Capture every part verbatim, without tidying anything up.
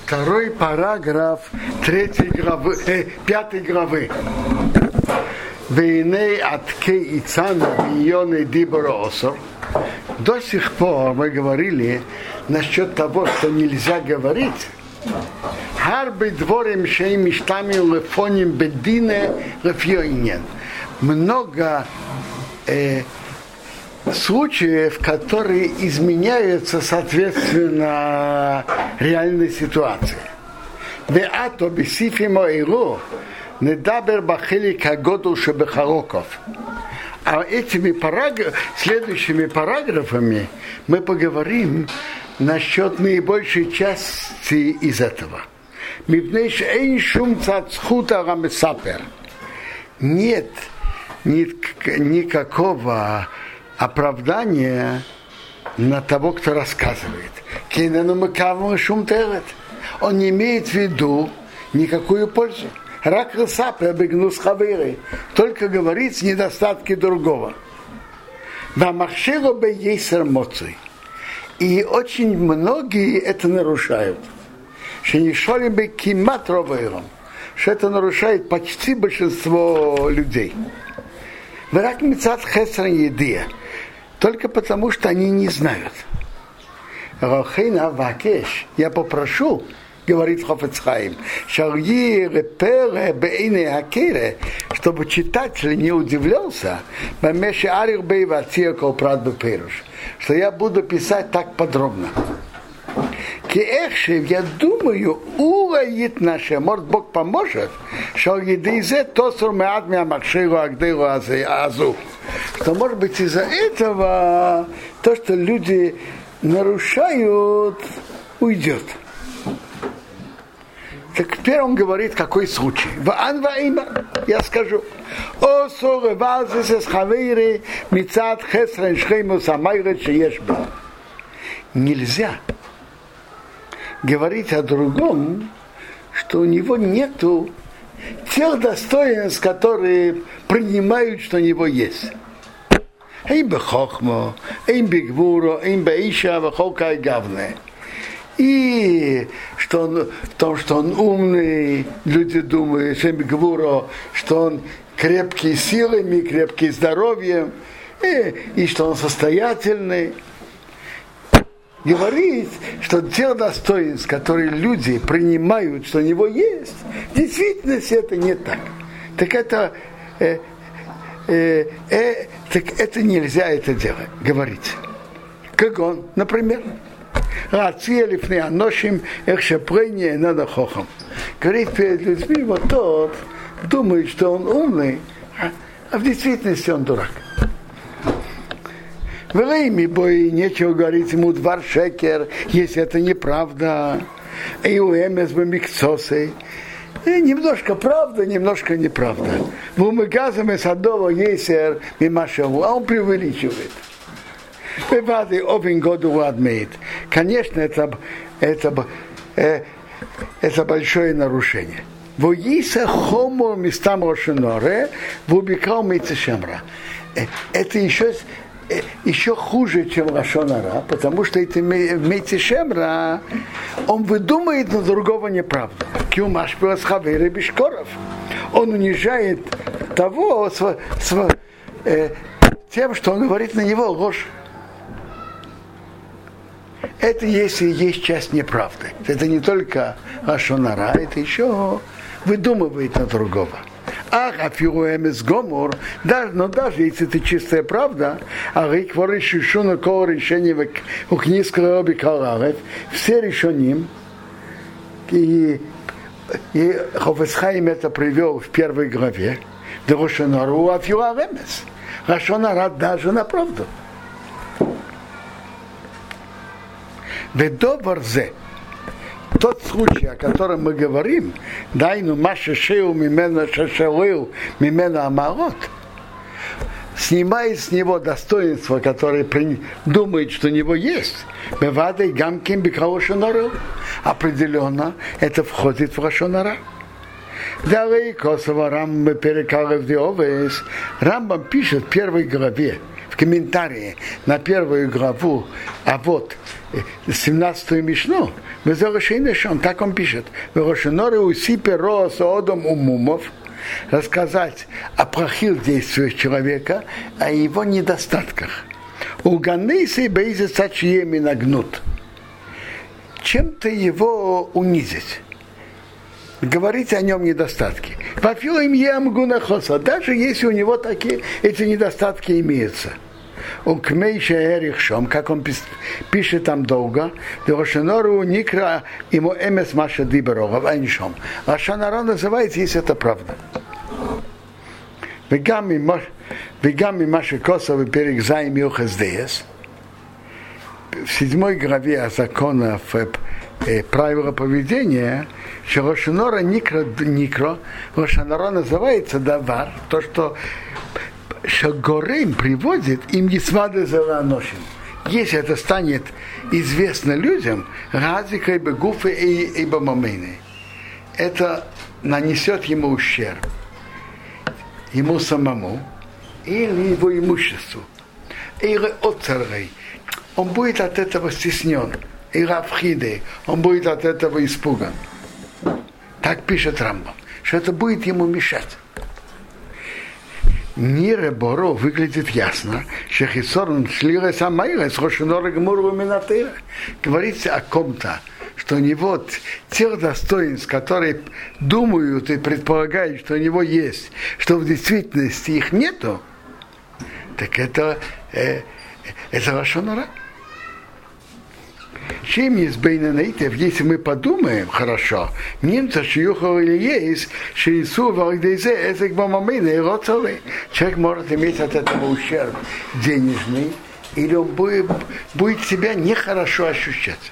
Второй параграф третьей главы, э, пятой главы. Вейней аткей ицана вийоны дибора осор. До сих пор мы говорили насчет того, что нельзя говорить. Харбы дворим шей миштами лефоним бедине лефьоинен. Много э, случаев, которые изменяются соответственно реальной ситуации. Веато бисифимо иру недабер бахили кагоду шебехароков. А этими параграф, следующими параграфами мы поговорим насчет наибольшей части из этого. Нет никакого оправдания на того, кто рассказывает. Он не имеет в виду никакую пользу. Только говорит недостатки другого. И очень многие это нарушают. Что это нарушает почти большинство людей. Только потому, что они не знают. Я попрошу, говорит Хафец Хаим, чтобы читатель не удивлялся, что я буду писать так подробно. Я думаю, улаит наше, может Бог поможет, что может быть из-за этого то, что люди нарушают, уйдет. Так теперь он говорит, какой случай. Я скажу. Нельзя говорить о другом, что у него нету тех достоинств, которые принимают, что у него есть. И что он, в том, что он умный, люди думают, что он крепкий силами, крепкий здоровьем, и, и что он состоятельный. Говорит, что те достоинства, которые люди принимают, что у него есть, в действительности это не так. Так это, э, э, э, так это нельзя это делать, говорить. Как он, например, говорит перед людьми, вот тот думает, что он умный, а в действительности он дурак. Время бой, нечего говорить ему двор шекер, если это неправда. И у эмес бы миксосы. Немножко правда, немножко неправда. В умыгазам и садово есер мимашеву, а он преувеличивает. Бывает один году адмеет. Конечно, это, это, э, это большое нарушение. Воиса хомо местам рошеноре, вубикал митцешемра. Это еще еще хуже, чем лашон ара, потому что это митцешемра, он выдумает на другого неправду. Кюмаш пилас хаверы бишкоров. Он унижает того с, с, э, тем, что он говорит на него ложь. Это если есть часть неправды. Это не только лашон ара, это еще выдумывает на другого. Ах, афируэмес гомор, даже, но даже если это чистая правда, а рейкворы шишуна кол решение у книжского обикаларев, все решением, и, и Хафец Хаим это привел в первой главе, Дрошонару афируэмес, Рашонара даже на правду. Ведобарзе, тот случай, о котором мы говорим, дайну маша шеу мимена шашалыл мимена амарот, снимает с него достоинство, которое при... думает, что у него есть, бевадой гамкин бикаошонару, определенно это входит в рашонара. Далее Косово Рамбам перекалывает Диовес. Рамбам пишет в первой главе, в комментарии на первую главу, а вот семнадцатую Мишну, так он пишет, рассказать о плохих действиях человека, о его недостатках. У Ганейса и Бейза Сачьеми нагнут. Чем-то его унизить. Говорить о нем недостатки. Даже если у него такие эти недостатки имеются. У Кмейша Эрихшом, как он пишет там долго, Дошенору Никра ему Эмес Маша Диберова, Айншом. А Шанара называется, если это правда. Вегами Маша Косова перек Займ Юхаздеес. В седьмой главе законов правила поведения, что Рошанора Никро, Никро, Рошанора называется давар, то, что Шагорем приводит им Исвады Заланошин. Если это станет известно людям, Разика и Бегуфы и Бамамейны, это нанесет ему ущерб, ему самому, или его имуществу, или от царей. Он будет от этого стеснен. И Равхиды, он будет от этого испуган. Так пишет Рамбам, что это будет ему мешать. Нире Боро выглядит ясно, что Хисорн шлира самайра с Рошенора Гмуру Минатыра. Говорится о ком-то, что у него тех достоинств, которые думают и предполагают, что у него есть, что в действительности их нету, так это, э, это Рошенора. Чем есть бейнанейтев, если мы подумаем хорошо, немца шиюхов или есть, шиису вагдейзе, эзек бамамейна и роцовый. Человек может иметь от этого ущерб денежный, или он будет, будет себя нехорошо ощущать.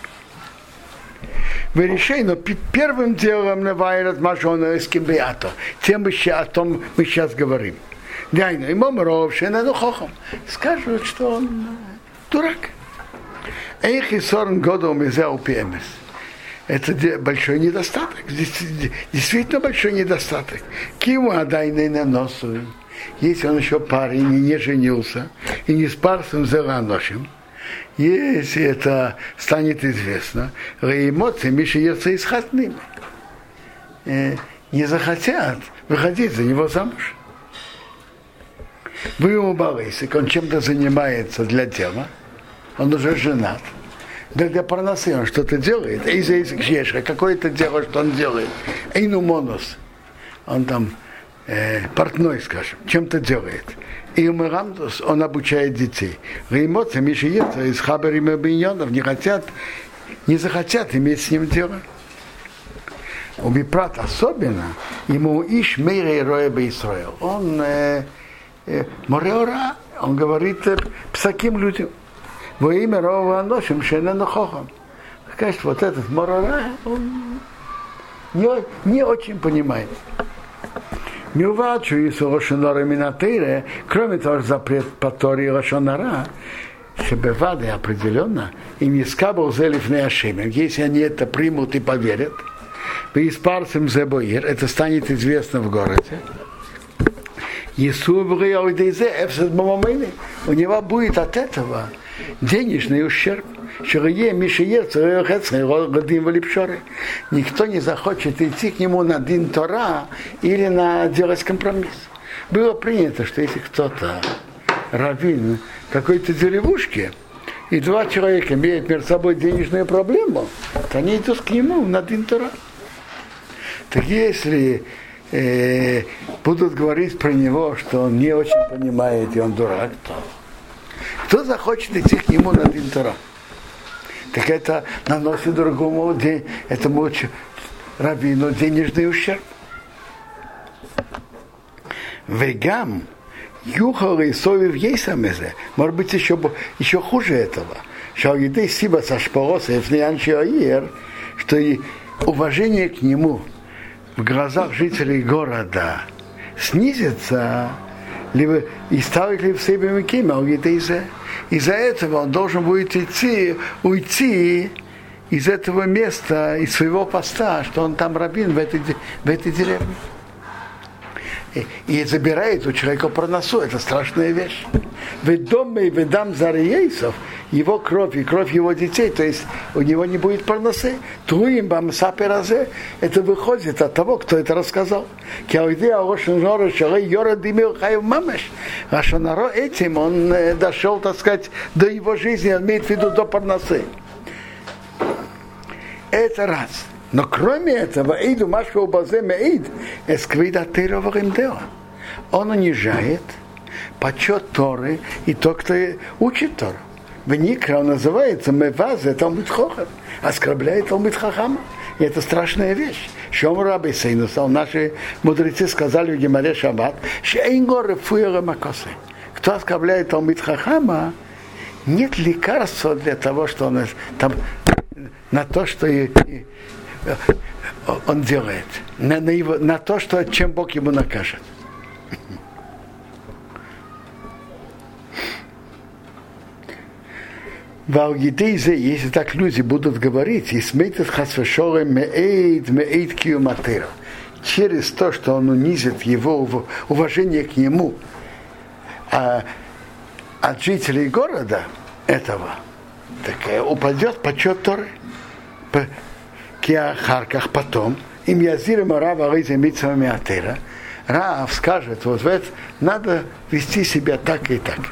Вы решили, но первым делом навайрат мажона эскимбиато, тем мы о том мы сейчас говорим. Дайно, ему мровшина, ну хохом. Скажут, что он дурак. Это большой недостаток, действительно большой недостаток. Киму адайный на носу, если он еще парень и не женился, и не с парсом зеланошим, если это станет известно, эмоции Миша Ерца исхатными не захотят выходить за него замуж. Вы ему балыйся, он чем-то занимается для дела, он уже женат. Да для парносы он что-то делает. Эйза Эйза какое-то дело, что он делает. Эйну Монос. Он там э, портной, скажем, чем-то делает. И Умерамдус, он обучает детей. Реймота, Мишиета, из Хабарим и Биньонов не хотят, не захотят иметь с ним дело. У Бипрат особенно, ему Иш Мейрей Роя Бейсраил. Он э, э, Мореора, он говорит э, псаким людям. Во имя Рова Аношим Шенену Хохом. Конечно, вот этот Морора, он не, не очень понимает. Милвачу и Рошонора Минатыре, кроме того, запрет по Торе Рошонора, Шебевады определенно, и не скабал зелив не ошибем. Если они это примут и поверят, вы испарцем зебоир, это станет известно в городе. У него будет от этого денежный ущерб. Никто не захочет идти к нему на Дин Тора или на делать компромисс. Было принято, что если кто-то раввин какой-то деревушки, и два человека имеют между собой денежную проблему, то они идут к нему на Дин Тора. Так если э, будут говорить про него, что он не очень понимает и он дурак, то кто захочет идти к нему на Дин Тора? Так это наносит другому день, этому раввину денежный ущерб. Вегам, юхал и совев ейсамезе, может быть еще, еще хуже этого. Что еды сиба сашпороса и фнианчиоир, что и уважение к нему в глазах жителей города снизится, либо и ставить ли в себе микима, из-за этого он должен будет идти, уйти из этого места, из своего поста, что он там раввин в этой, в этой деревне. и, и забирает у человека парносу. Это страшная вещь. Ведь дома и ведам зарейсов, его кровь и кровь его детей, то есть у него не будет парносы. Туим бам саперазе, это выходит от того, кто это рассказал. Рашонаро этим он дошел, так сказать, до его жизни, он имеет в виду до парносы. Это раз. Но кроме этого, Эйду Машва Базе Меид, Эсквида Тейровым Део. Он унижает почет Торы и тот, кто учит Тору. В Никра он называется Мевазе Талмид Хохам, оскорбляет Талмид Хахама. И это страшная вещь. Шом Раби Сейнусал, наши мудрецы сказали в Гемаре Шаббат, Шейнгор Фуэра Макосы. Кто оскорбляет Талмид Хахама, нет лекарства для того, что он там на то, что и, и, он делает, на, на, его, на то, что, чем Бог ему накажет. В Алгидейзе, если так люди будут говорить, и смейтет хасвешоры меэйд, меэйд киуматера, через то, что он унизит его уважение к нему, а от жителей города этого, так упадет почет Торы. Киахарках потом, им язирим Рава Рейзе Митцвами Атера, Рав скажет, вот в это надо вести себя так и так.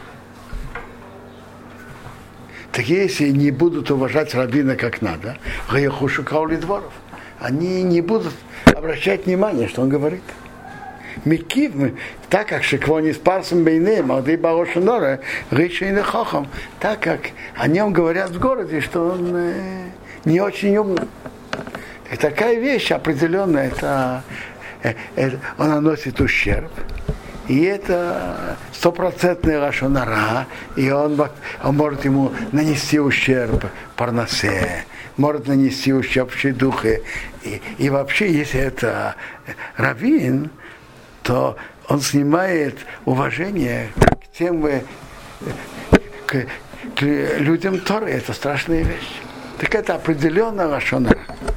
Так если не будут уважать раввина как надо, Гаяхушу Каули Дворов, они не будут обращать внимание, что он говорит. Микив, так как Шеквони с Парсом Бейнем, Ады Барошинора, Ричейна Хохом, так как о нем говорят в городе, что он э, не очень умный. И такая вещь определенная, это, э, э, он наносит ущерб. И это стопроцентный лашон-ара, и он, он может ему нанести ущерб парнасе, может нанести ущерб в духе. И, и вообще, если это раввин, то он снимает уважение к тем, к, к людям Торы. Это страшная вещь. Так это определенно лашон-ара.